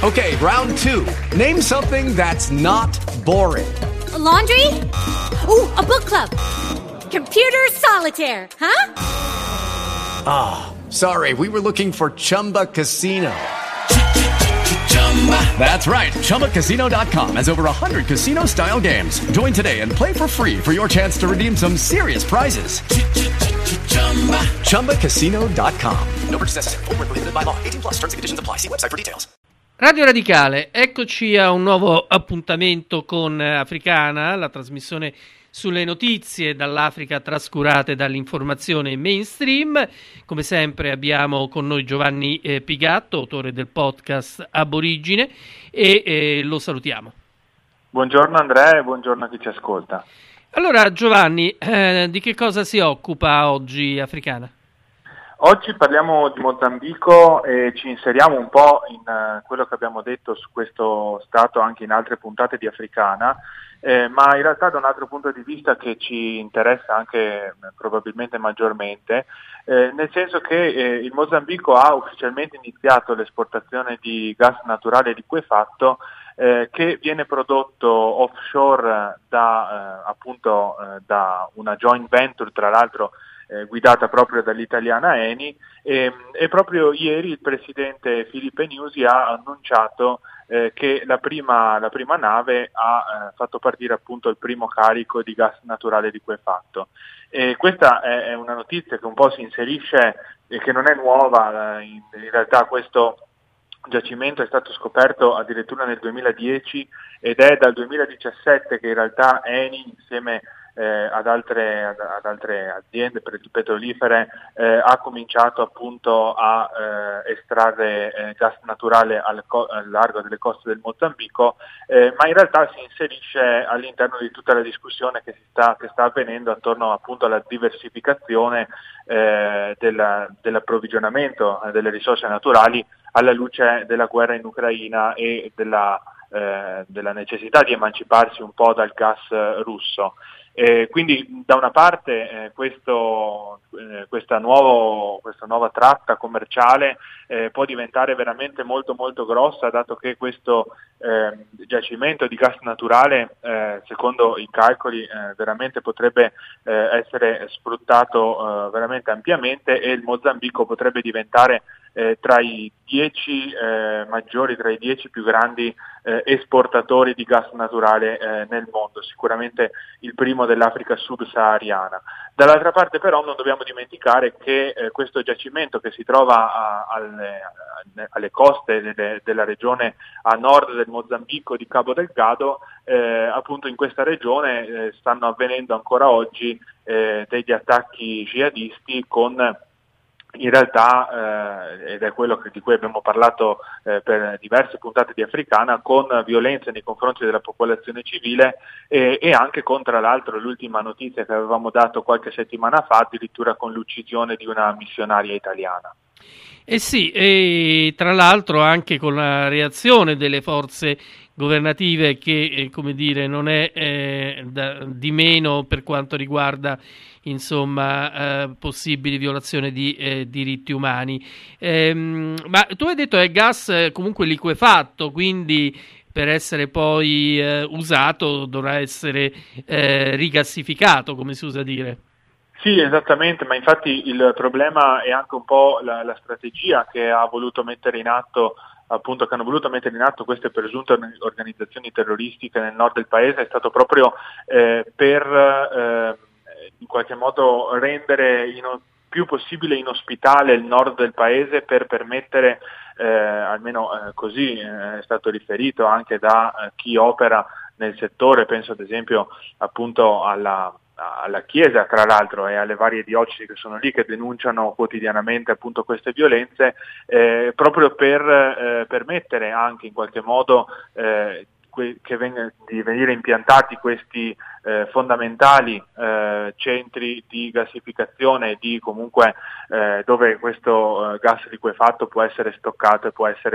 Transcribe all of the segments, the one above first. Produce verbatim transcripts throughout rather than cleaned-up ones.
Okay, round two. Name something that's not boring. A laundry? Ooh, a book club. Computer solitaire, huh? Ah, oh, sorry, we were looking for Chumba Casino. That's right, Chumba Casino dot com has over one hundred casino-style games. Join today and play for free for your chance to redeem some serious prizes. Chumba Casino dot com. No purchase necessary. Void where prohibited by law. eighteen plus terms and conditions apply. See website for details. Radio Radicale, eccoci a un nuovo appuntamento con Africana, la trasmissione sulle notizie dall'Africa trascurate dall'informazione mainstream. Come sempre abbiamo con noi Giovanni eh, Pigatto, autore del podcast Aborigine, e eh, lo salutiamo. Buongiorno Andrea e buongiorno a chi ci ascolta. Allora Giovanni, eh, di che cosa si occupa oggi Africana? Oggi parliamo di Mozambico e ci inseriamo un po' in uh, quello che abbiamo detto su questo stato anche in altre puntate di Africana, eh, ma in realtà da un altro punto di vista che ci interessa anche eh, probabilmente maggiormente, eh, nel senso che eh, il Mozambico ha ufficialmente iniziato l'esportazione di gas naturale liquefatto eh, che viene prodotto offshore da eh, appunto eh, da una joint venture, tra l'altro Eh, guidata proprio dall'italiana Eni, e, e proprio ieri il presidente Filipe Nyusi ha annunciato eh, che la prima, la prima nave ha eh, fatto partire appunto il primo carico di gas naturale liquefatto. E questa è, è una notizia che un po' si inserisce e che non è nuova, in, in realtà questo giacimento è stato scoperto addirittura nel duemiladieci ed è dal duemiladiciassette che in realtà Eni insieme Eh, ad, altre, ad, ad altre aziende petrolifere eh, ha cominciato appunto a eh, estrarre eh, gas naturale al, co- al largo delle coste del Mozambico, eh, ma in realtà si inserisce all'interno di tutta la discussione che, si sta, che sta avvenendo attorno appunto alla diversificazione eh, della, dell'approvvigionamento eh, delle risorse naturali alla luce della guerra in Ucraina e della, eh, della necessità di emanciparsi un po' dal gas eh, russo. Eh, quindi da una parte eh, questo, eh, questa, nuovo, questa nuova tratta commerciale eh, può diventare veramente molto molto grossa, dato che questo eh, giacimento di gas naturale eh, secondo i calcoli eh, veramente potrebbe eh, essere sfruttato eh, veramente ampiamente, e il Mozambico potrebbe diventare eh, tra i dieci eh, maggiori, tra i dieci più grandi eh, esportatori di gas naturale eh, nel mondo, sicuramente il primo dell'Africa subsahariana. Dall'altra parte però non dobbiamo dimenticare che eh, questo giacimento, che si trova a, alle, alle coste delle, della regione a nord del Mozambico di Cabo Delgado, eh, appunto in questa regione eh, stanno avvenendo ancora oggi eh, degli attacchi jihadisti con in realtà, eh, ed è quello che, di cui abbiamo parlato eh, per diverse puntate di Africana, con violenze nei confronti della popolazione civile e, e anche con, tra l'altro, l'ultima notizia che avevamo dato qualche settimana fa, addirittura con l'uccisione di una missionaria italiana. Eh sì, e tra l'altro anche con la reazione delle forze governative che, eh, come dire, non è eh, da, di meno per quanto riguarda insomma eh, possibili violazioni di eh, diritti umani. Ehm, ma tu hai detto è gas eh, comunque liquefatto, quindi per essere poi eh, usato dovrà essere eh, rigassificato, come si usa dire. Sì, esattamente, ma infatti il problema è anche un po' la, la strategia che ha voluto mettere in atto, appunto che hanno voluto mettere in atto queste presunte organizzazioni terroristiche nel nord del paese, è stato proprio eh, per eh, in qualche modo rendere il più possibile inospitale il nord del paese, per permettere, eh, almeno eh, così eh, è stato riferito anche da eh, chi opera nel settore, penso ad esempio appunto alla alla Chiesa, tra l'altro, e alle varie diocesi che sono lì, che denunciano quotidianamente appunto queste violenze, eh, proprio per eh, permettere anche in qualche modo eh, que- che veng- di venire impiantati questi eh, fondamentali eh, centri di gassificazione, di comunque eh, dove questo eh, gas liquefatto può essere stoccato e può essere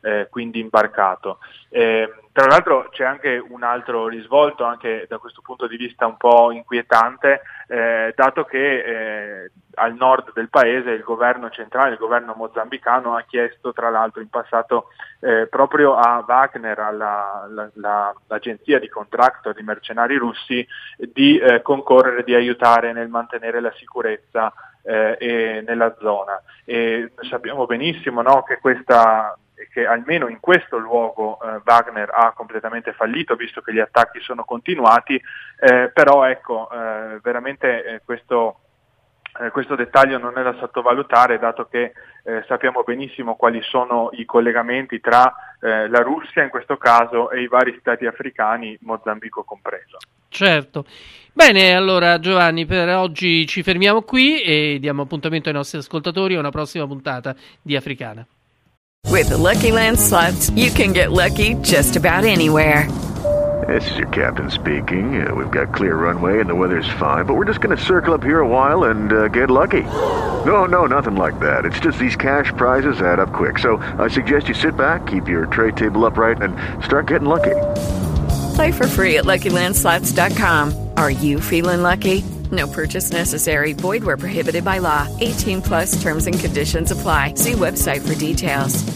eh, quindi imbarcato. Eh, tra l'altro c'è anche un altro risvolto, anche da questo punto di vista un po' inquietante, eh, dato che eh, al nord del paese il governo centrale, il governo mozambicano, ha chiesto tra l'altro in passato eh, proprio a Wagner, alla, la, la, l'agenzia di contractor di mercenari russi, di eh, concorrere, di aiutare nel mantenere la sicurezza eh, e nella zona. E sappiamo benissimo, no, che questa che almeno in questo luogo eh, Wagner ha completamente fallito, visto che gli attacchi sono continuati, eh, però ecco, eh, veramente eh, questo Eh, questo dettaglio non è da sottovalutare, dato che eh, sappiamo benissimo quali sono i collegamenti tra eh, la Russia in questo caso e i vari stati africani, Mozambico compreso. Certo. Bene, allora Giovanni, per oggi ci fermiamo qui e diamo appuntamento ai nostri ascoltatori a una prossima puntata di Africana. With the Lucky Land Slots, you can get lucky just about anywhere. This is your captain speaking. Uh, we've got clear runway and the weather's fine, but we're just going to circle up here a while and uh, get lucky. No, no, nothing like that. It's just these cash prizes add up quick. So I suggest you sit back, keep your tray table upright, and start getting lucky. Play for free at Lucky Land Slots dot com. Are you feeling lucky? No purchase necessary. Void where prohibited by law. eighteen plus terms and conditions apply. See website for details.